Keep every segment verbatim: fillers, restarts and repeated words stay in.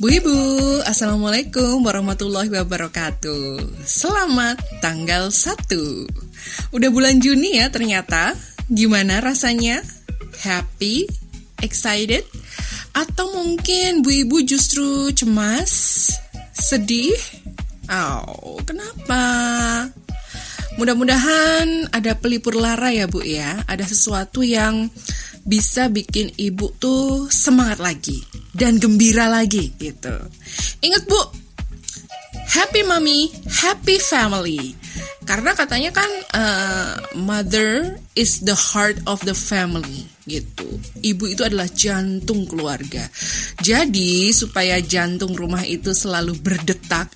Bu Ibu, Assalamualaikum warahmatullahi wabarakatuh. Selamat tanggal satu. Udah bulan Juni ya ternyata. Gimana rasanya? Happy? Excited? Atau mungkin Bu Ibu justru cemas? Sedih? Oh, kenapa? Mudah-mudahan ada pelipur lara ya Bu ya. Ada sesuatu yang bisa bikin Ibu tuh semangat lagi dan gembira lagi gitu. Ingat Bu, happy mommy, happy family. Karena katanya kan uh, mother is the heart of the family gitu. Ibu itu adalah jantung keluarga. Jadi supaya jantung rumah itu selalu berdetak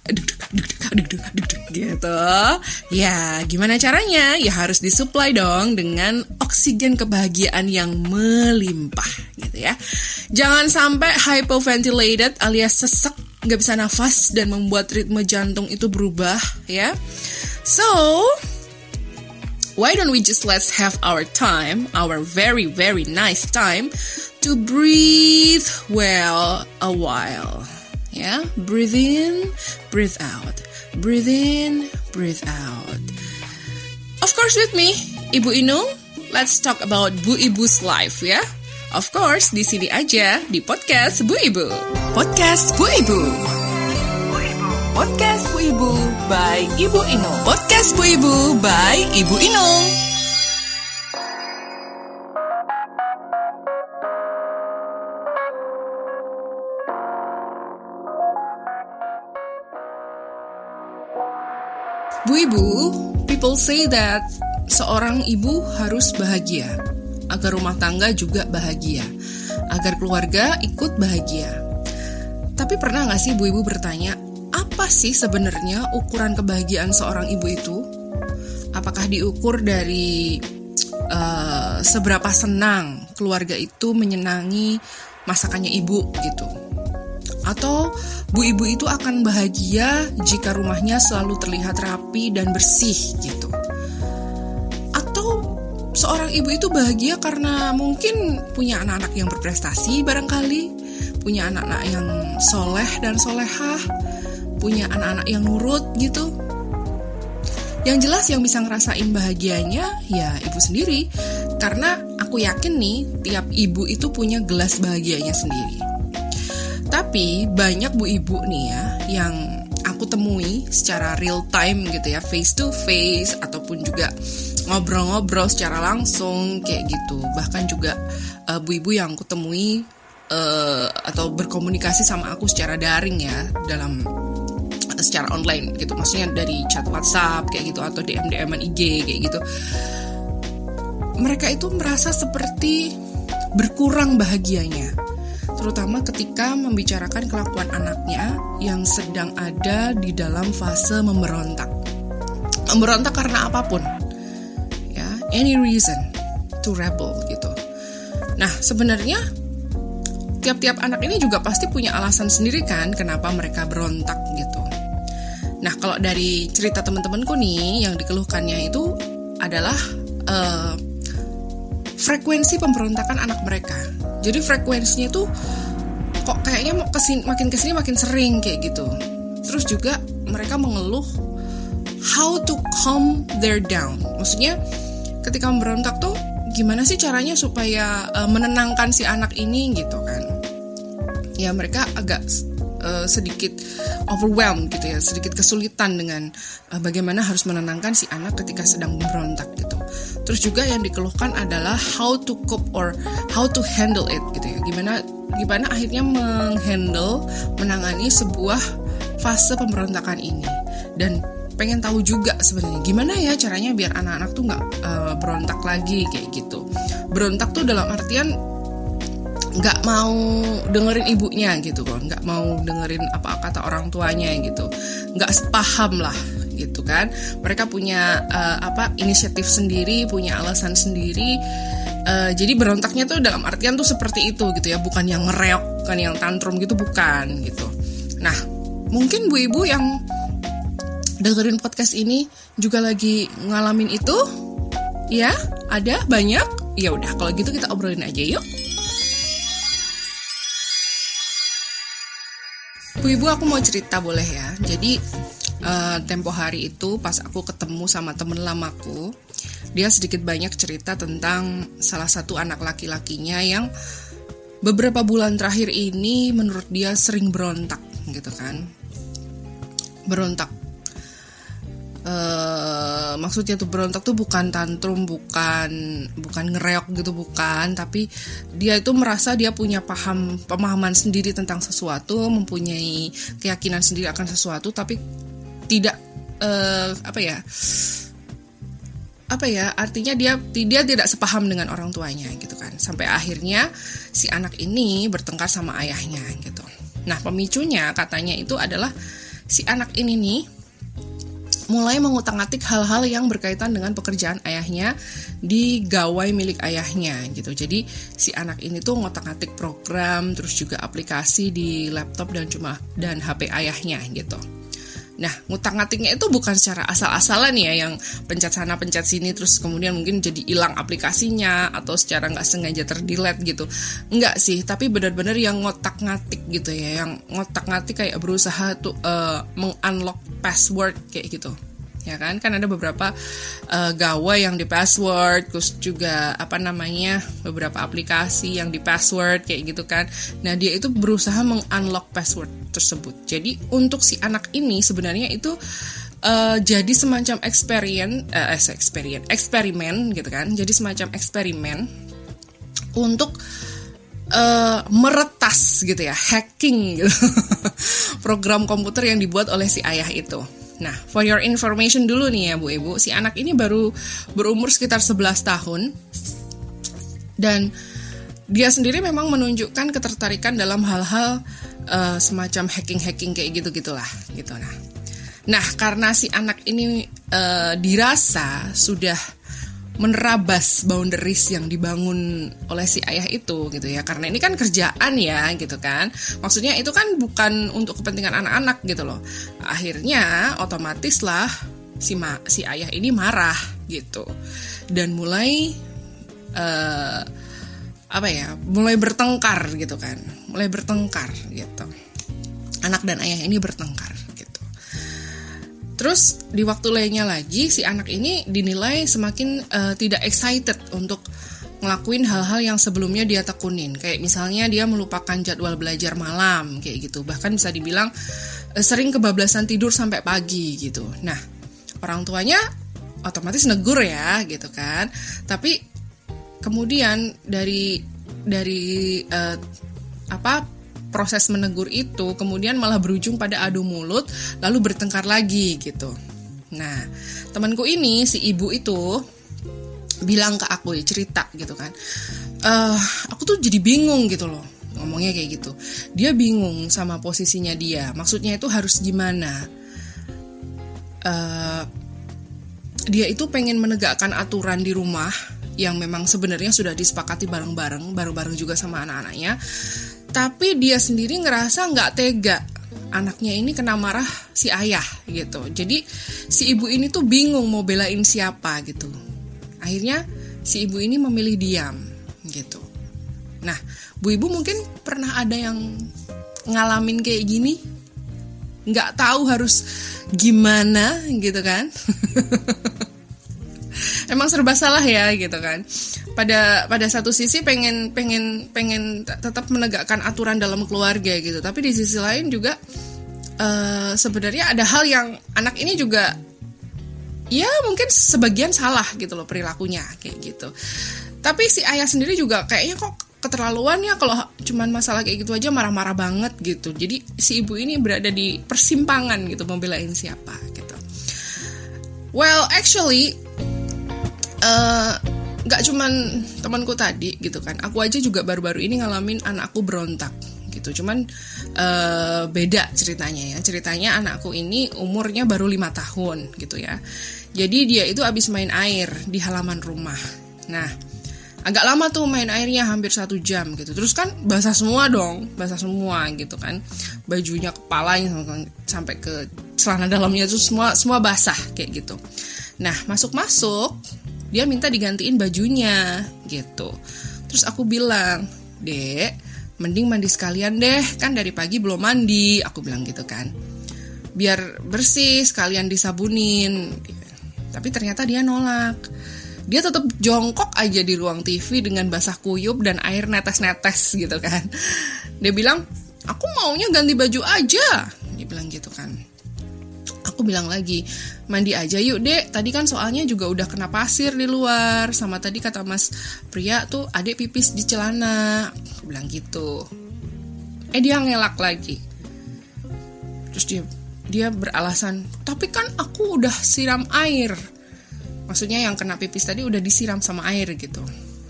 gitu. Ya, gimana caranya? Ya harus disuplai dong dengan oksigen kebahagiaan yang melimpah gitu ya. Jangan sampai hypoventilated alias sesek, nggak bisa nafas dan membuat ritme jantung itu berubah ya. So, why don't we just let's have our time, our very very nice time to breathe well a while. Ya, yeah? Breathe in, breathe out. Breathe in, breathe out. Of course with me, Ibu Inung. Let's talk about Bu Ibu's life ya. Of course di sini aja di podcast Bu Ibu. Podcast Bu Ibu. Podcast Bu Ibu by Ibu Inung. Podcast Bu Ibu by Ibu Inung. Bu Ibu, people say that seorang ibu harus bahagia, agar rumah tangga juga bahagia, agar keluarga ikut bahagia. Tapi pernah gak sih Bu Ibu bertanya, apa sih sebenarnya ukuran kebahagiaan seorang ibu itu? Apakah diukur dari uh, seberapa senang keluarga itu menyenangi masakannya ibu gitu? Atau Bu Ibu itu akan bahagia jika rumahnya selalu terlihat rapi dan bersih gitu? Atau seorang ibu itu bahagia karena mungkin punya anak-anak yang berprestasi barangkali, punya anak-anak yang soleh dan solehah, punya anak-anak yang nurut gitu. Yang jelas yang bisa ngerasain bahagianya ya ibu sendiri. Karena aku yakin nih tiap ibu itu punya gelas bahagianya sendiri. Tapi banyak bu ibu nih ya yang aku temui secara real time gitu ya, face to face ataupun juga ngobrol-ngobrol secara langsung kayak gitu. Bahkan juga uh, bu ibu yang aku temui uh, atau berkomunikasi sama aku secara daring ya, dalam uh, secara online gitu. Maksudnya dari chat WhatsApp kayak gitu atau D M D M-an I G kayak gitu. Mereka itu merasa seperti berkurang bahagianya, terutama ketika membicarakan kelakuan anaknya yang sedang ada di dalam fase memberontak. Memberontak karena apapun, ya, any reason to rebel gitu. Nah, sebenarnya tiap-tiap anak ini juga pasti punya alasan sendiri kan kenapa mereka berontak gitu. Nah, kalau dari cerita teman-temanku nih yang dikeluhkannya itu adalah uh, frekuensi pemberontakan anak mereka. Jadi frekuensinya tuh kok kayaknya kesini, makin kesini makin sering kayak gitu. Terus juga mereka mengeluh how to calm their down. Maksudnya ketika memberontak tuh gimana sih caranya supaya uh, menenangkan si anak ini gitu kan. Ya mereka agak uh, sedikit overwhelmed gitu ya, sedikit kesulitan dengan uh, bagaimana harus menenangkan si anak ketika sedang memberontak gitu. Terus juga yang dikeluhkan adalah how to cope or how to handle it gitu ya. Gimana gimana akhirnya menghandle, menangani sebuah fase pemberontakan ini. Dan pengen tahu juga sebenarnya gimana ya caranya biar anak-anak tuh nggak uh, berontak lagi kayak gitu. Berontak tuh dalam artian nggak mau dengerin ibunya gitu kan, nggak mau dengerin apa kata orang tuanya gitu, nggak sepaham lah gitu kan. Mereka punya uh, apa inisiatif sendiri, punya alasan sendiri. Uh, jadi berontaknya tuh dalam artian tuh seperti itu gitu ya, bukan yang ngereok, bukan yang tantrum gitu, bukan gitu. Nah, mungkin bu ibu yang dengerin podcast ini juga lagi ngalamin itu, ya ada banyak. Ya udah kalau gitu kita obrolin aja yuk. Bu Ibu, aku mau cerita boleh ya? Jadi uh, tempo hari itu pas aku ketemu sama temen lamaku, dia sedikit banyak cerita tentang salah satu anak laki-lakinya yang beberapa bulan terakhir ini menurut dia sering berontak gitu kan. Berontak. Uh, maksudnya tuh berontak tuh bukan tantrum, bukan bukan ngereok gitu, bukan, tapi dia itu merasa dia punya paham pemahaman sendiri tentang sesuatu, mempunyai keyakinan sendiri akan sesuatu, tapi tidak uh, apa ya apa ya artinya dia dia tidak sepaham dengan orang tuanya gitu kan, sampai akhirnya si anak ini bertengkar sama ayahnya gitu. Nah, pemicunya katanya itu adalah si anak ini nih mulai mengutak-atik hal-hal yang berkaitan dengan pekerjaan ayahnya di gawai milik ayahnya gitu. Jadi si anak ini tuh ngotak-atik program, terus juga aplikasi di laptop dan cuma dan H P ayahnya gitu. Nah, ngutak-ngatiknya itu bukan secara asal-asalan ya, yang pencet sana pencet sini terus kemudian mungkin jadi hilang aplikasinya atau secara nggak sengaja terdelete gitu. Enggak sih, tapi benar-benar yang ngotak-ngatik gitu ya, yang ngotak-ngatik kayak berusaha tuh uh, meng-unlock password kayak gitu. Ya kan, kan ada beberapa uh, gawai yang di password, terus juga apa namanya beberapa aplikasi yang di password kayak gitu kan. Nah, dia itu berusaha meng-unlock password tersebut. Jadi untuk si anak ini sebenarnya itu uh, jadi semacam experience, uh, experience, eksperimen gitu kan. Jadi semacam eksperimen untuk uh, meretas gitu ya, hacking gitu program komputer yang dibuat oleh si ayah itu. Nah, for your information dulu nih ya Bu Ibu, si anak ini baru berumur sekitar sebelas tahun dan dia sendiri memang menunjukkan ketertarikan dalam hal-hal uh, semacam hacking-hacking kayak gitu-gitulah gitu. Nah, nah karena si anak ini uh, dirasa sudah menerabas boundaries yang dibangun oleh si ayah itu gitu ya, karena ini kan kerjaan ya gitu kan, maksudnya itu kan bukan untuk kepentingan anak-anak gitu loh. Akhirnya otomatis lah si ma- si ayah ini marah gitu dan mulai uh, apa ya mulai bertengkar gitu kan, mulai bertengkar gitu, anak dan ayah ini bertengkar. Terus di waktu lainnya lagi si anak ini dinilai semakin uh, tidak excited untuk ngelakuin hal-hal yang sebelumnya dia tekunin. Kayak misalnya dia melupakan jadwal belajar malam kayak gitu. Bahkan bisa dibilang uh, sering kebablasan tidur sampai pagi gitu. Nah, orang tuanya otomatis negur ya gitu kan. Tapi kemudian dari dari uh, apa proses menegur itu kemudian malah berujung pada adu mulut lalu bertengkar lagi gitu. Nah, temanku ini si ibu itu bilang ke aku ya, cerita gitu kan, uh, aku tuh jadi bingung gitu loh ngomongnya kayak gitu. Dia bingung sama posisinya dia, maksudnya itu harus gimana. Uh, dia itu pengen menegakkan aturan di rumah yang memang sebenarnya sudah disepakati bareng-bareng, bareng-bareng juga sama anak-anaknya. Tapi dia sendiri ngerasa nggak tega anaknya ini kena marah si ayah gitu. Jadi si ibu ini tuh bingung mau belain siapa gitu. Akhirnya si ibu ini memilih diam gitu. Nah, Bu Ibu mungkin pernah ada yang ngalamin kayak gini, nggak tahu harus gimana gitu kan. Emang serba salah ya gitu kan. Pada pada satu sisi pengen pengen pengen tetap menegakkan aturan dalam keluarga gitu, tapi di sisi lain juga uh, sebenarnya ada hal yang anak ini juga ya mungkin sebagian salah gitu loh perilakunya kayak gitu. Tapi si ayah sendiri juga kayaknya kok keterlaluan ya kalau cuman masalah kayak gitu aja marah-marah banget gitu. Jadi si ibu ini berada di persimpangan gitu, mau belain siapa gitu. Well, actually uh, gak cuman temanku tadi gitu kan, aku aja juga baru-baru ini ngalamin anakku berontak gitu. Cuman uh, beda ceritanya ya. Ceritanya anakku ini umurnya baru lima tahun gitu ya. Jadi dia itu abis main air di halaman rumah. Nah, agak lama tuh main airnya, hampir satu jam gitu. Terus kan basah semua dong, basah semua gitu kan. Bajunya, kepalanya sampai ke celana dalamnya tuh semua semua basah kayak gitu. Nah, masuk-masuk dia minta digantiin bajunya gitu. Terus aku bilang, "Dek, mending mandi sekalian deh, kan dari pagi belum mandi, aku bilang gitu kan. Biar bersih, sekalian disabunin. Tapi ternyata dia nolak. Dia tetap jongkok aja di ruang T V dengan basah kuyup dan air netes-netes gitu kan. Dia bilang, aku maunya ganti baju aja. Dia bilang gitu kan. Aku bilang lagi, mandi aja yuk dek, tadi kan soalnya juga udah kena pasir di luar. Sama tadi kata mas Pria tuh adek pipis di celana. Aku bilang gitu. Eh dia ngelak lagi. Terus dia dia beralasan, tapi kan aku udah siram air. Maksudnya yang kena pipis tadi udah disiram sama air gitu.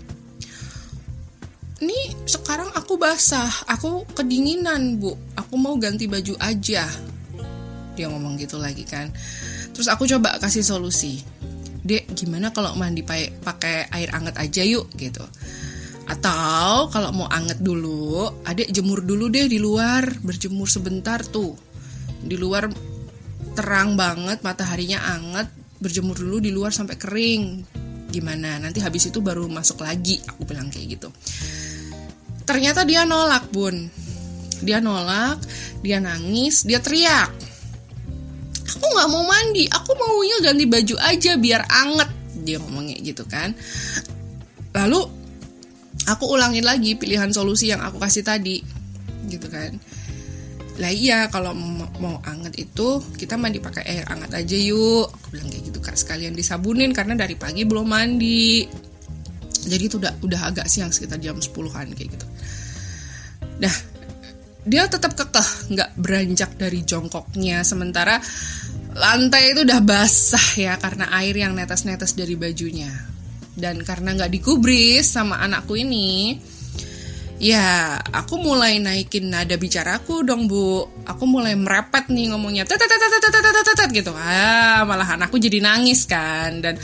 Ini sekarang aku basah, aku kedinginan bu, aku mau ganti baju aja. Dia ngomong gitu lagi kan. Terus aku coba kasih solusi. Dek, gimana kalau mandi pakai air anget aja yuk gitu. Atau kalau mau anget dulu, adek jemur dulu deh di luar, berjemur sebentar tuh. Di luar terang banget, mataharinya anget, berjemur dulu di luar sampai kering. Gimana? Nanti habis itu baru masuk lagi, aku bilang kayak gitu. Ternyata dia nolak, Bun. Dia nolak, dia nangis, dia teriak. Aku gak mau mandi, aku maunya ganti baju aja biar anget. Dia ngomongnya gitu kan. Lalu aku ulangin lagi pilihan solusi yang aku kasih tadi, gitu kan. Lah iya, kalau mau, mau anget itu kita mandi pakai air anget aja yuk. Aku bilang kayak gitu kak, sekalian disabunin karena dari pagi belum mandi. Jadi itu udah udah agak siang, sekitar jam sepuluhan kayak gitu. Nah, dia tetap kekeh nggak beranjak dari jongkoknya, sementara lantai itu udah basah ya karena air yang netes-netes dari bajunya. Dan karena nggak digubris sama anakku ini, ya aku mulai naikin nada bicaraku dong bu. Aku mulai merepet nih ngomongnya, tetetetetetetetetet gitu. Ah, malah anakku jadi nangis kan. Dan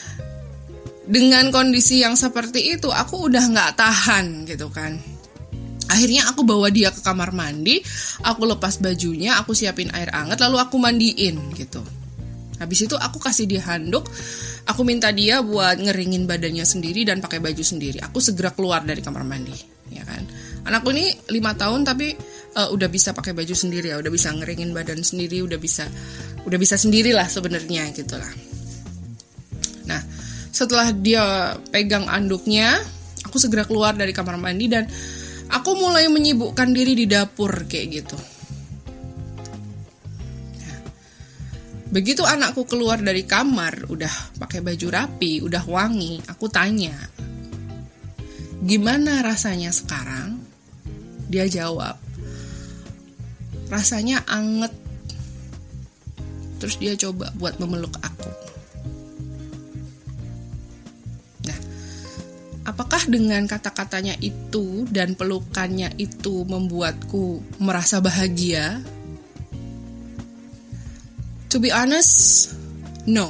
dengan kondisi yang seperti itu, aku udah nggak tahan gitu kan. Akhirnya aku bawa dia ke kamar mandi, aku lepas bajunya, aku siapin air hangat, lalu aku mandiin gitu. Habis itu aku kasih dia handuk, aku minta dia buat ngeringin badannya sendiri dan pakai baju sendiri. Aku segera keluar dari kamar mandi, ya kan. Anakku ini lima tahun tapi uh, udah bisa pakai baju sendiri ya, udah bisa ngeringin badan sendiri, udah bisa, udah bisa sendirilah sebenarnya gitulah. Nah, setelah dia pegang anduknya, aku segera keluar dari kamar mandi dan aku mulai menyibukkan diri di dapur kayak gitu. Nah, begitu anakku keluar dari kamar, udah pakai baju rapi, udah wangi, aku tanya, gimana rasanya sekarang? Dia jawab, rasanya anget. Terus dia coba buat memeluk aku. Apakah dengan kata-katanya itu dan pelukannya itu membuatku merasa bahagia? To be honest, no.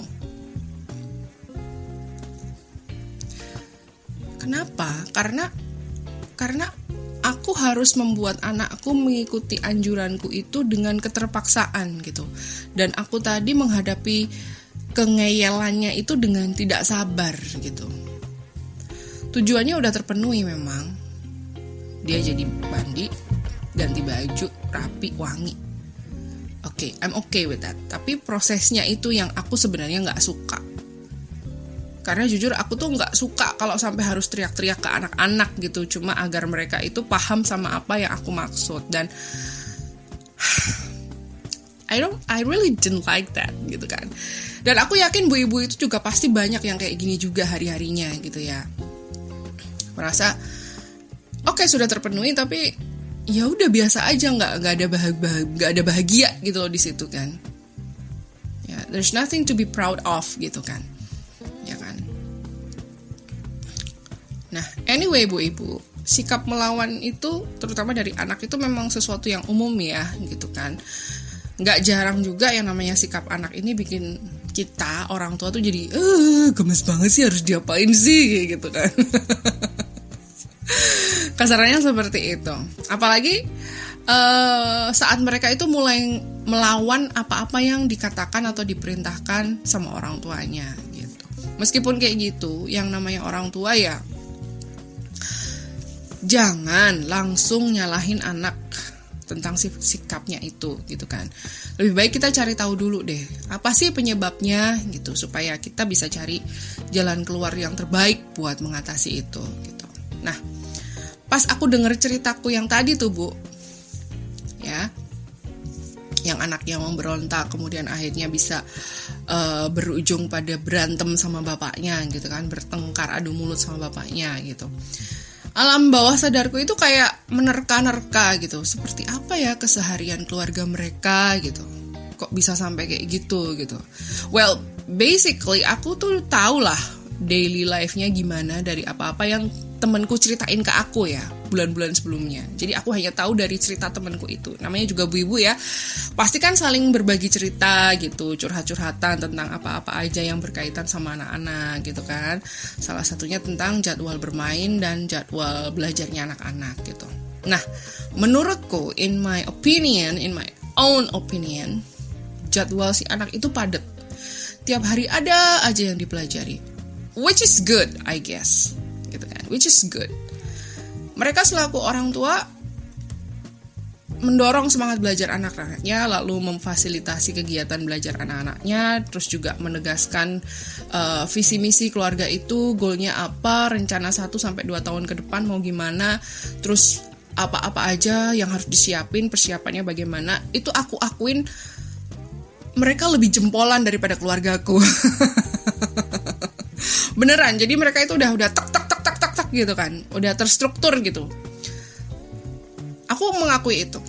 Kenapa? Karena karena aku harus membuat anakku mengikuti anjuranku itu dengan keterpaksaan gitu. Dan aku tadi menghadapi kengeyelannya itu dengan tidak sabar gitu. Tujuannya udah terpenuhi memang. Dia jadi mandi, ganti baju, rapi, wangi. Oke, okay, I'm okay with that. Tapi prosesnya itu yang aku sebenarnya gak suka. Karena jujur aku tuh gak suka kalau sampai harus teriak-teriak ke anak-anak gitu. Cuma agar mereka itu paham sama apa yang aku maksud. Dan I don't, I really didn't like that gitu kan. Dan aku yakin bu ibu itu juga pasti banyak yang kayak gini juga hari-harinya gitu ya. Merasa oke okay, sudah terpenuhi tapi ya udah biasa aja, nggak nggak ada bahagia nggak ada bahagia gitu loh di situ kan. Ya, there's nothing to be proud of gitu kan, ya kan. Nah anyway bu ibu, sikap melawan itu terutama dari anak itu memang sesuatu yang umum ya gitu kan. Nggak jarang juga yang namanya sikap anak ini bikin kita orang tua tuh jadi eh gemes banget sih, harus diapain sih gitu kan. Kasarannya seperti itu. Apalagi uh, saat mereka itu mulai melawan apa-apa yang dikatakan atau diperintahkan sama orang tuanya gitu. Meskipun kayak gitu, yang namanya orang tua ya jangan langsung nyalahin anak tentang sikapnya itu gitu kan. Lebih baik kita cari tahu dulu deh, apa sih penyebabnya gitu, supaya kita bisa cari jalan keluar yang terbaik buat mengatasi itu gitu. Nah, pas aku denger ceritaku yang tadi tuh Bu, ya, yang anaknya memberontak kemudian akhirnya bisa uh, berujung pada berantem sama bapaknya gitu kan, bertengkar adu mulut sama bapaknya gitu. Alam bawah sadarku itu kayak menerka-nerka gitu, seperti apa ya keseharian keluarga mereka gitu, kok bisa sampai kayak gitu gitu. Well, basically aku tuh tahu lah daily life-nya gimana dari apa-apa yang temanku ceritain ke aku ya bulan-bulan sebelumnya. Jadi aku hanya tahu dari cerita temanku itu. Namanya juga Bu Ibu ya. Pasti kan saling berbagi cerita gitu, curhat-curhatan tentang apa-apa aja yang berkaitan sama anak-anak gitu kan. Salah satunya tentang jadwal bermain dan jadwal belajarnya anak-anak gitu. Nah, menurutku, in my opinion, in my own opinion, jadwal si anak itu padat. Tiap hari ada aja yang dipelajari. Which is good, I guess. Gitu kan, which is good. Mereka selaku orang tua mendorong semangat belajar anak-anaknya, lalu memfasilitasi kegiatan belajar anak-anaknya, terus juga menegaskan uh, visi misi keluarga itu, goalnya apa, rencana satu sampai dua tahun ke depan mau gimana, terus apa-apa aja yang harus disiapin, persiapannya bagaimana. Itu aku akuin mereka lebih jempolan daripada keluargaku. Beneran, jadi mereka itu udah udah tak tak tak tak tak tak gitu kan, udah terstruktur gitu. Aku mengakui itu.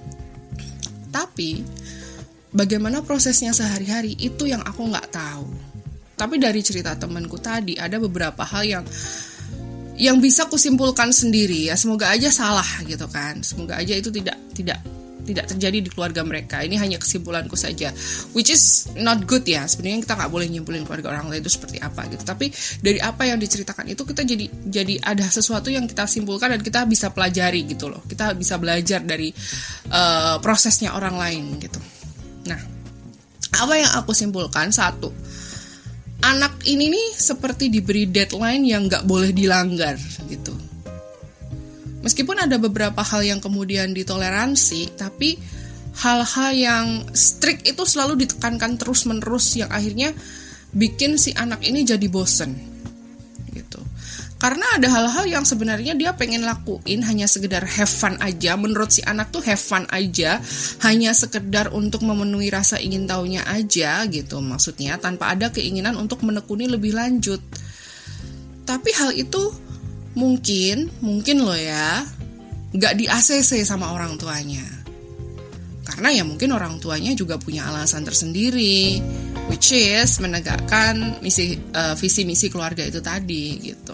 Tapi bagaimana prosesnya sehari-hari itu yang aku nggak tahu. Tapi dari cerita temanku tadi ada beberapa hal yang yang bisa kusimpulkan sendiri ya. Semoga aja salah gitu kan. Semoga aja itu tidak tidak tidak terjadi di keluarga mereka. Ini hanya kesimpulanku saja, which is not good ya. Sebenarnya kita nggak boleh nyimpulin keluarga orang lain itu seperti apa gitu. Tapi dari apa yang diceritakan itu kita jadi jadi ada sesuatu yang kita simpulkan dan kita bisa pelajari gitu loh. Kita bisa belajar dari uh, prosesnya orang lain gitu. Nah, apa yang aku simpulkan, satu, anak ini nih seperti diberi deadline yang nggak boleh dilanggar gitu. Meskipun ada beberapa hal yang kemudian ditoleransi, tapi hal-hal yang strict itu selalu ditekankan terus-menerus yang akhirnya bikin si anak ini jadi bosen gitu. Karena ada hal-hal yang sebenarnya dia pengen lakuin hanya sekedar have fun aja. Menurut si anak tuh have fun aja, hanya sekedar untuk memenuhi rasa ingin tahunya aja gitu maksudnya, tanpa ada keinginan untuk menekuni lebih lanjut. Tapi hal itu Mungkin, mungkin loh ya, gak di-A C C sama orang tuanya. Karena ya mungkin orang tuanya juga punya alasan tersendiri, which is menegakkan misi, uh, visi misi keluarga itu tadi gitu.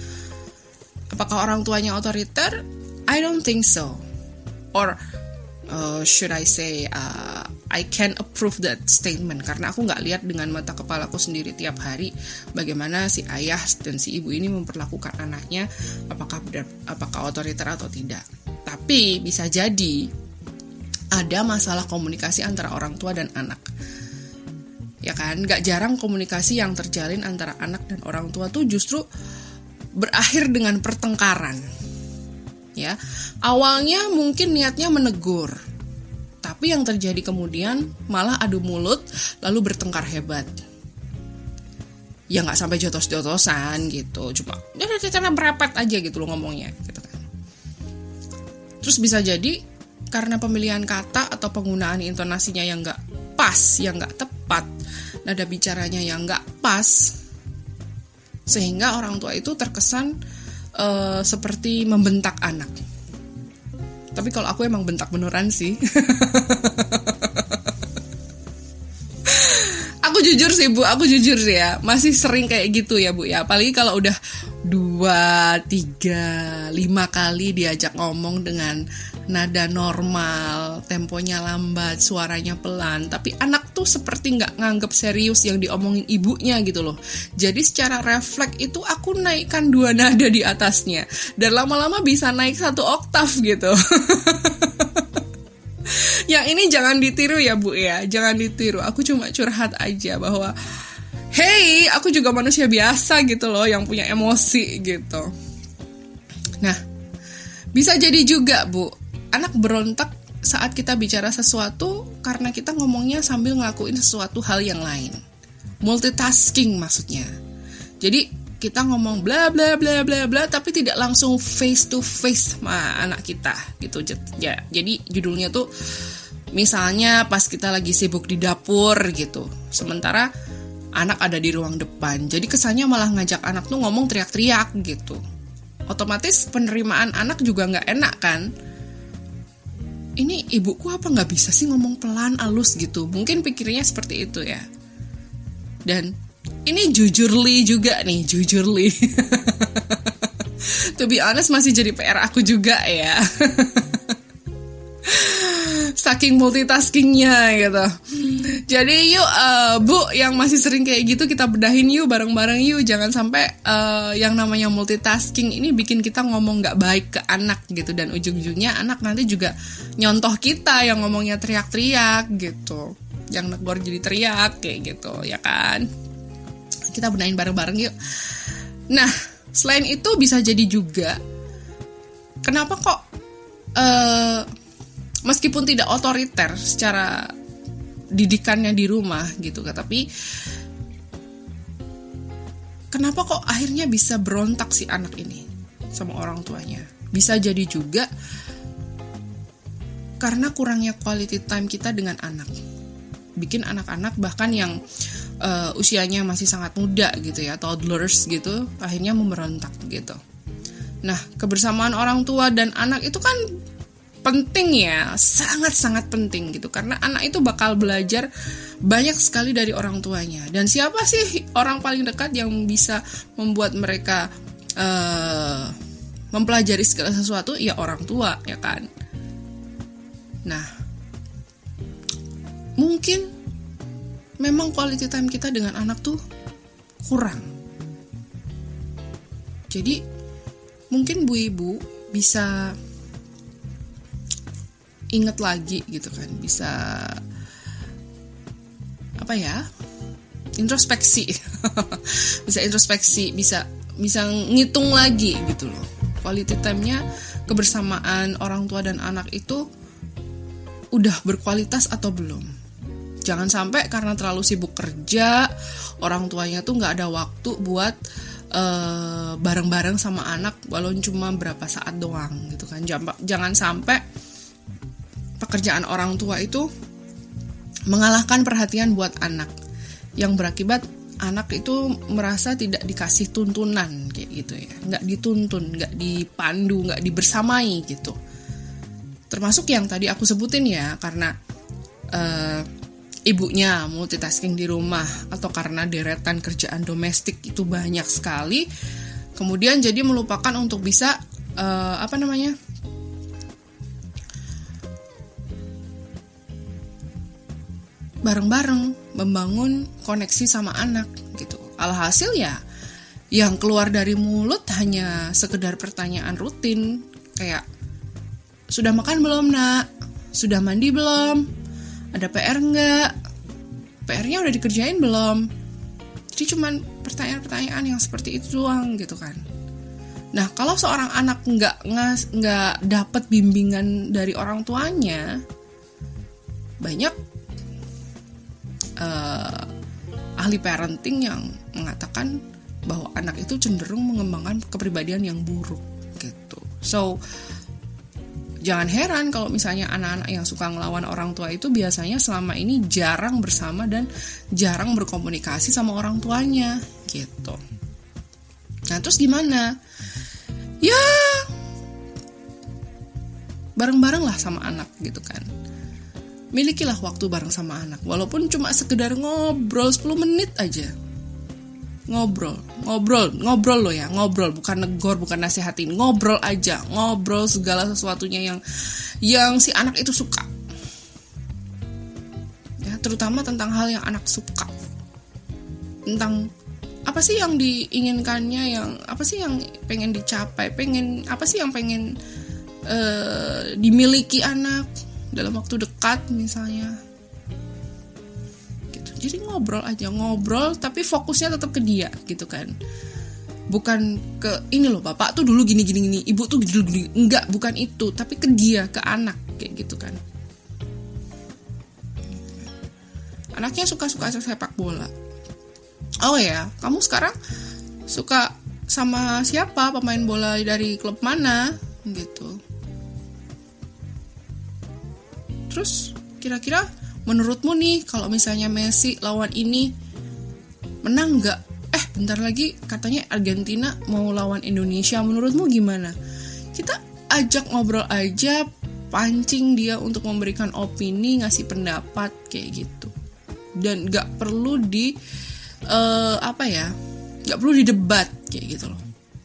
Apakah orang tuanya otoriter? I don't think so. Or uh, should I say, uh, I can approve that statement. Karena aku gak lihat dengan mata kepalaku sendiri tiap hari bagaimana si ayah dan si ibu ini memperlakukan anaknya, apakah benar, apakah otoriter atau tidak. Tapi bisa jadi ada masalah komunikasi antara orang tua dan anak. Ya kan, gak jarang komunikasi yang terjalin antara anak dan orang tua tuh justru berakhir dengan pertengkaran. Ya, awalnya mungkin niatnya menegur, tapi yang terjadi kemudian malah adu mulut lalu bertengkar hebat. Ya nggak sampai jotos-jotosan gitu, cuma cara merepet aja gitu loh ngomongnya gitu kan. Terus bisa jadi karena pemilihan kata atau penggunaan intonasinya yang nggak pas, yang nggak tepat, nada bicaranya yang nggak pas, sehingga orang tua itu terkesan uh, seperti membentak anak. Tapi kalau aku emang bentak beneran sih. Aku jujur sih Bu, aku jujur sih ya, masih sering kayak gitu ya Bu ya. Apalagi kalau udah dua, tiga, lima kali diajak ngomong dengan nada normal, temponya lambat, suaranya pelan, tapi anak tuh seperti nggak nganggep serius yang diomongin ibunya gitu loh. Jadi secara refleks itu aku naikkan dua nada di atasnya, dan lama-lama bisa naik satu oktav gitu. Yang ini jangan ditiru ya Bu ya, jangan ditiru. Aku cuma curhat aja bahwa hey, aku juga manusia biasa gitu loh yang punya emosi gitu. Nah, Bisa jadi juga, Bu, anak berontak saat kita bicara sesuatu karena kita ngomongnya sambil ngelakuin sesuatu hal yang lain. Multitasking maksudnya. Jadi kita ngomong bla bla bla bla bla tapi tidak langsung face to face sama anak kita gitu. Ya, jadi judulnya tuh misalnya pas kita lagi sibuk di dapur gitu. Sementara anak ada di ruang depan. Jadi kesannya malah ngajak anak tuh ngomong teriak-teriak gitu. Otomatis penerimaan anak juga nggak enak kan. Ini ibuku apa nggak bisa sih ngomong pelan, halus gitu. Mungkin pikirnya seperti itu ya. Dan ini jujurly juga nih, jujurly. To be honest masih jadi P R aku juga ya. Saking multitaskingnya gitu. Jadi yuk uh, Bu yang masih sering kayak gitu kita bedahin yuk bareng-bareng yuk. Jangan sampai uh, yang namanya multitasking ini bikin kita ngomong gak baik ke anak gitu. Dan ujung-ujungnya anak nanti juga nyontoh kita yang ngomongnya teriak-teriak gitu. Yang negor jadi teriak kayak gitu ya kan. Kita bedahin bareng-bareng yuk. Nah selain itu bisa jadi juga kenapa kok uh, meskipun tidak otoriter secara didikannya di rumah gitu kan, tapi kenapa kok akhirnya bisa berontak si anak ini sama orang tuanya? Bisa jadi juga karena kurangnya quality time kita dengan anak. Bikin anak-anak bahkan yang uh, usianya masih sangat muda gitu ya, toddlers gitu, akhirnya memberontak gitu. Nah, kebersamaan orang tua dan anak itu kan penting ya, sangat-sangat penting gitu. Karena anak itu bakal belajar banyak sekali dari orang tuanya. Dan siapa sih orang paling dekat yang bisa membuat mereka uh, mempelajari segala sesuatu? Ya orang tua, ya kan? Nah, mungkin memang quality time kita dengan anak tuh kurang. Jadi, mungkin Bu Ibu bisa ingat lagi gitu kan, bisa apa ya, introspeksi. Bisa introspeksi, bisa bisa ngitung lagi gitu loh. Quality time-nya, kebersamaan orang tua dan anak itu udah berkualitas atau belum. Jangan sampai karena terlalu sibuk kerja, orang tuanya tuh gak ada waktu buat uh, bareng-bareng sama anak walau cuma berapa saat doang gitu kan. Jangan, jangan sampai pekerjaan orang tua itu mengalahkan perhatian buat anak, yang berakibat anak itu merasa tidak dikasih tuntunan kayak gitu ya, nggak dituntun, nggak dipandu, nggak dibersamai gitu. Termasuk yang tadi aku sebutin ya, karena uh, ibunya multitasking di rumah atau karena deretan kerjaan domestik itu banyak sekali, kemudian jadi melupakan untuk bisa uh, apa namanya bareng-bareng membangun koneksi sama anak gitu. Alhasil ya yang keluar dari mulut hanya sekedar pertanyaan rutin kayak, sudah makan belum nak? Sudah mandi belum? Ada P R nggak? P R-nya udah dikerjain belum? Jadi cuman pertanyaan-pertanyaan yang seperti itu doang gitu kan. Nah kalau seorang anak nggak nggak dapat bimbingan dari orang tuanya, banyak Uh, ahli parenting yang mengatakan bahwa anak itu cenderung mengembangkan kepribadian yang buruk gitu. So jangan heran kalau misalnya anak-anak yang suka ngelawan orang tua itu biasanya selama ini jarang bersama dan jarang berkomunikasi sama orang tuanya gitu. Nah terus gimana? Ya bareng-bareng lah sama anak gitu kan. Milikilah waktu bareng sama anak, walaupun cuma sekedar ngobrol sepuluh menit aja. Ngobrol, ngobrol, ngobrol loh ya, ngobrol, bukan negor, bukan nasihatin, ngobrol aja, ngobrol segala sesuatunya yang yang si anak itu suka. Ya, terutama tentang hal yang anak suka. Tentang apa sih yang diinginkannya, yang apa sih yang pengen dicapai, pengen apa sih yang pengen uh, dimiliki anak dalam waktu dekat misalnya gitu. Jadi ngobrol aja, ngobrol tapi fokusnya tetap ke dia gitu kan. Bukan ke ini loh, bapak tuh dulu gini gini gini, ibu tuh dulu gini, enggak, bukan itu, tapi ke dia, ke anak, kayak gitu kan. Anaknya suka-suka sepak bola. Oh ya, kamu sekarang suka sama siapa, pemain bola dari klub mana, gitu. Terus kira-kira menurutmu nih, kalau misalnya Messi lawan ini menang nggak? Eh, bentar lagi katanya Argentina mau lawan Indonesia, menurutmu gimana? Kita ajak ngobrol aja, pancing dia untuk memberikan opini, ngasih pendapat, kayak gitu. Dan nggak perlu di uh, apa ya, nggak perlu didebat, kayak gitu loh.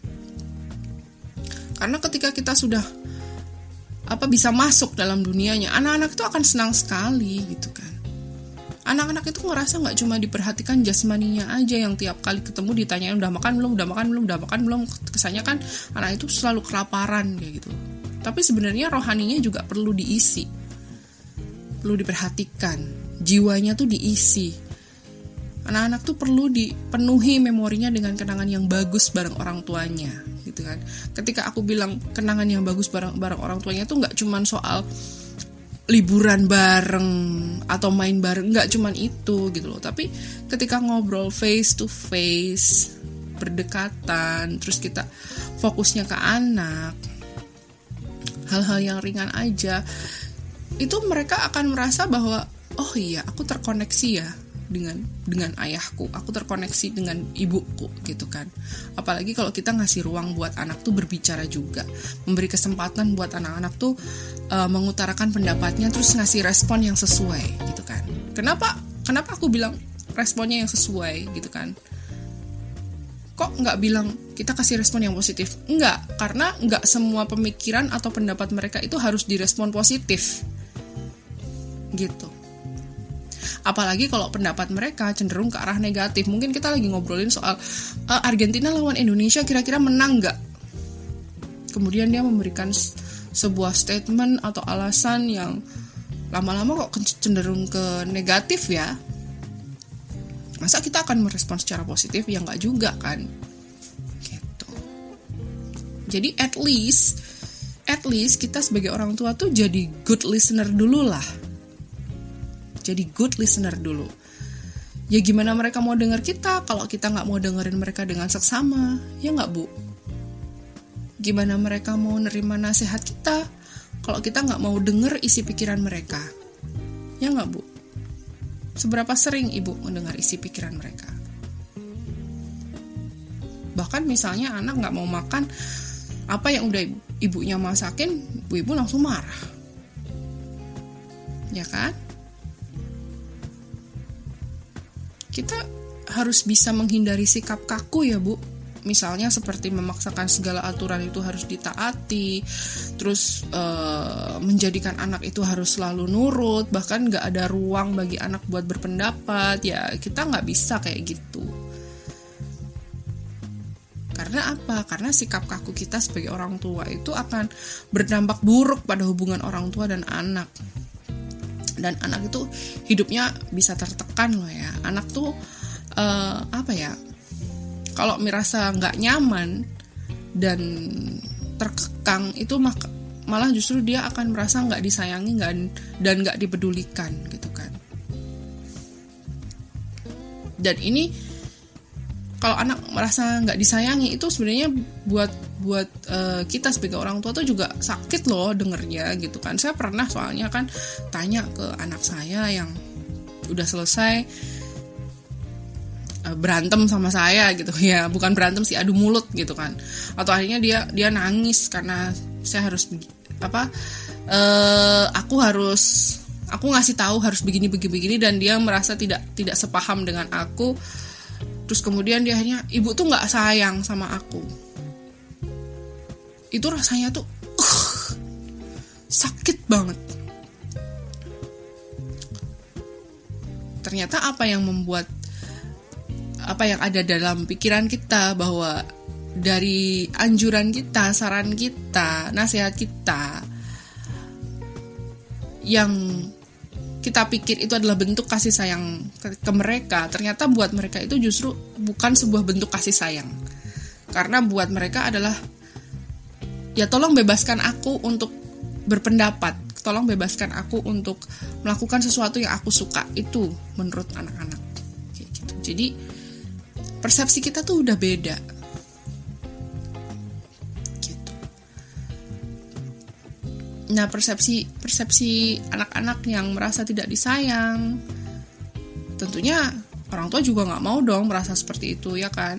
Karena ketika kita sudah apa bisa masuk dalam dunianya, anak-anak itu akan senang sekali, gitu kan. Anak-anak itu ngerasa nggak cuma diperhatikan jasmaninya aja, yang tiap kali ketemu ditanyain udah makan belum, udah makan belum, udah makan belum. Kesannya kan anak itu selalu kelaparan kayak gitu. Tapi sebenarnya rohaninya juga perlu diisi, perlu diperhatikan, jiwanya tuh diisi. Anak-anak tuh perlu dipenuhi memorinya dengan kenangan yang bagus bareng orang tuanya, gitu kan. Ketika aku bilang kenangan yang bagus bareng bareng orang tuanya tuh nggak cuma soal liburan bareng atau main bareng, nggak cuman itu gitu loh. Tapi ketika ngobrol face to face, berdekatan, terus kita fokusnya ke anak, hal-hal yang ringan aja, itu mereka akan merasa bahwa oh iya, aku terkoneksi ya dengan dengan ayahku, aku terkoneksi dengan ibuku, gitu kan. Apalagi kalau kita ngasih ruang buat anak tuh berbicara juga, memberi kesempatan buat anak-anak tuh uh, mengutarakan pendapatnya, terus ngasih respon yang sesuai, gitu kan. Kenapa kenapa aku bilang responnya yang sesuai, gitu kan? Kok nggak bilang kita kasih respon yang positif? Enggak, karena nggak semua pemikiran atau pendapat mereka itu harus direspon positif, gitu. Apalagi kalau pendapat mereka cenderung ke arah negatif. Mungkin kita lagi ngobrolin soal uh, Argentina lawan Indonesia, kira-kira menang nggak? Kemudian dia memberikan s- sebuah statement atau alasan yang lama-lama kok cenderung ke negatif ya. Masa kita akan merespon secara positif? Ya nggak juga kan. Gitu. Jadi at least, at least kita sebagai orang tua tuh jadi good listener dulu lah. Jadi good listener dulu. Ya gimana mereka mau denger kita kalau kita gak mau dengerin mereka dengan seksama? Ya gak, Bu? Gimana mereka mau nerima nasihat kita kalau kita gak mau denger isi pikiran mereka? Ya gak, Bu? Seberapa sering Ibu mendengar isi pikiran mereka? Bahkan misalnya anak gak mau makan apa yang udah ibunya masakin, ibu langsung marah. Ya kan? Kita harus bisa menghindari sikap kaku ya, Bu. Misalnya seperti memaksakan segala aturan itu harus ditaati, terus e, menjadikan anak itu harus selalu nurut, bahkan gak ada ruang bagi anak buat berpendapat. Ya kita gak bisa kayak gitu. Karena apa? Karena sikap kaku kita sebagai orang tua itu akan berdampak buruk pada hubungan orang tua dan anak. Dan anak itu hidupnya bisa tertekan loh ya. Anak tuh uh, apa ya, kalau merasa nggak nyaman dan terkekang itu mak- malah justru dia akan merasa nggak disayangi nggak, dan nggak dipedulikan, gitu kan. Dan ini kalau anak merasa nggak disayangi itu sebenarnya buat buat uh, kita sebagai orang tua tuh juga sakit loh dengernya, gitu kan. Saya pernah soalnya kan tanya ke anak saya yang udah selesai uh, berantem sama saya gitu ya, bukan berantem sih, adu mulut gitu kan. Atau akhirnya dia dia nangis karena saya harus apa uh, aku harus aku ngasih tahu harus begini begini begini dan dia merasa tidak tidak sepaham dengan aku. Terus kemudian dia akhirnya, ibu tuh gak sayang sama aku. Itu rasanya tuh uh, sakit banget. Ternyata apa yang membuat, apa yang ada dalam pikiran kita, bahwa dari anjuran kita, saran kita, nasihat kita, yang kita pikir itu adalah bentuk kasih sayang ke, ke mereka, ternyata buat mereka itu justru bukan sebuah bentuk kasih sayang. Karena buat mereka adalah, ya tolong bebaskan aku untuk berpendapat, tolong bebaskan aku untuk melakukan sesuatu yang aku suka. Itu menurut anak-anak kayak gitu. Jadi persepsi kita tuh udah beda gitu. Nah, persepsi persepsi anak-anak yang merasa tidak disayang, tentunya orang tua juga nggak mau dong merasa seperti itu, ya kan?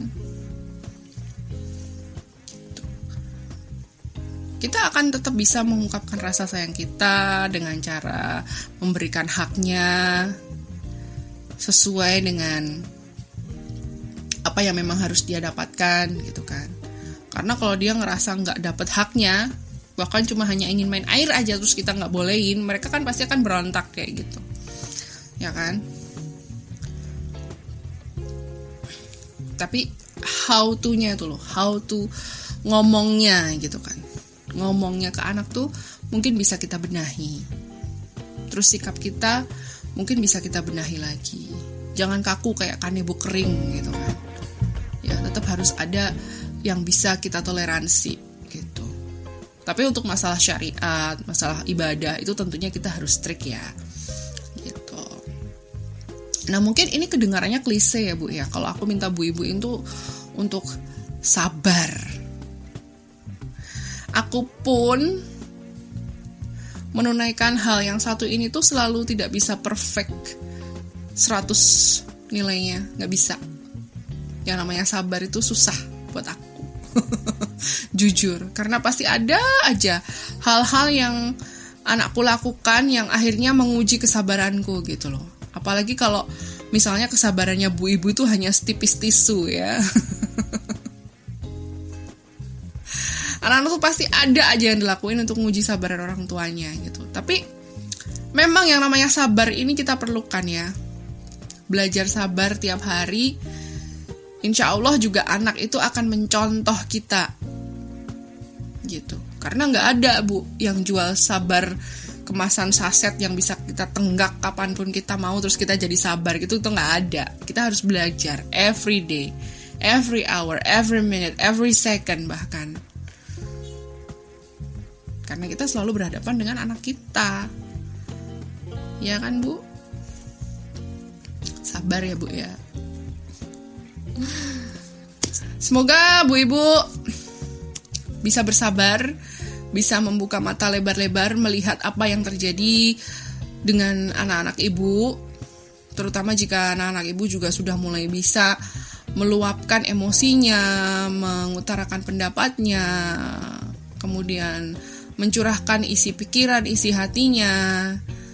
Kita akan tetap bisa mengungkapkan rasa sayang kita dengan cara memberikan haknya sesuai dengan apa yang memang harus dia dapatkan gitu kan. Karena kalau dia ngerasa nggak dapat haknya, bahkan cuma hanya ingin main air aja terus kita nggak bolehin, mereka kan pasti akan berontak kayak gitu, ya kan? Tapi how to-nya itu loh, how to ngomongnya gitu kan. Ngomongnya ke anak tuh mungkin bisa kita benahi. Terus sikap kita mungkin bisa kita benahi lagi. Jangan kaku kayak kanebo kering gitu kan. Ya tetap harus ada yang bisa kita toleransi gitu. Tapi untuk masalah syariat, masalah ibadah itu tentunya kita harus strict ya gitu. Nah mungkin ini kedengarannya klise ya Bu ya. Kalau aku minta Bu Ibu itu untuk sabar. Aku pun menunaikan hal yang satu ini tuh selalu tidak bisa perfect seratus nilainya, gak bisa. Yang namanya sabar itu susah buat aku. Jujur, karena pasti ada aja hal-hal yang anakku lakukan yang akhirnya menguji kesabaranku gitu loh. Apalagi kalau misalnya kesabarannya Bu Ibu itu hanya setipis tisu ya. Anak-anak tuh pasti ada aja yang dilakuin untuk menguji sabaran orang tuanya gitu. Tapi memang yang namanya sabar ini kita perlukan ya. Belajar sabar tiap hari. Insya Allah juga anak itu akan mencontoh kita gitu. Karena gak ada Bu yang jual sabar kemasan saset yang bisa kita tenggak kapanpun kita mau terus kita jadi sabar gitu, itu gak ada. Kita harus belajar every day, every hour, every minute, every second bahkan. Karena kita selalu berhadapan dengan anak kita. Ya kan Bu? Sabar ya Bu ya. Semoga Bu Ibu bisa bersabar, bisa membuka mata lebar-lebar melihat apa yang terjadi dengan anak-anak Ibu. Terutama jika anak-anak Ibu juga sudah mulai bisa meluapkan emosinya, mengutarakan pendapatnya, kemudian mencurahkan isi pikiran, isi hatinya.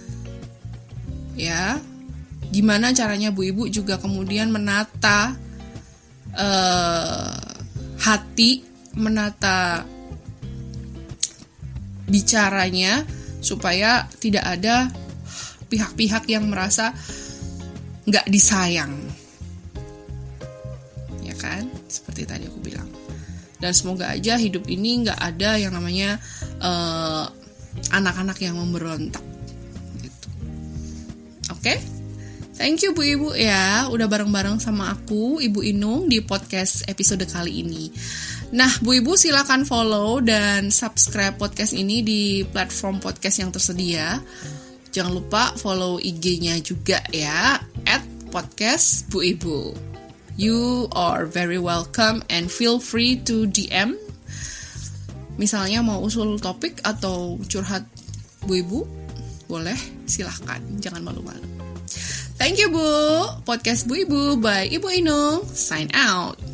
Ya, gimana caranya Bu Ibu juga kemudian menata uh, hati, menata bicaranya supaya tidak ada pihak-pihak yang merasa nggak disayang. Ya kan? Seperti tadi aku bilang. Dan semoga aja hidup ini nggak ada yang namanya uh, anak-anak yang memberontak gitu. Oke, okay? Thank you Bu Ibu ya, udah bareng-bareng sama aku Ibu Inung di podcast episode kali ini. Nah Bu Ibu silakan follow dan subscribe podcast ini di platform podcast yang tersedia. Jangan lupa follow I G-nya juga ya, at podcast Bu Ibu. You are very welcome and feel free to D M. Misalnya mau usul topik atau curhat Bu Ibu, boleh, silahkan, jangan malu-malu. Thank you Bu, podcast Bu Ibu by Ibu Inung, sign out.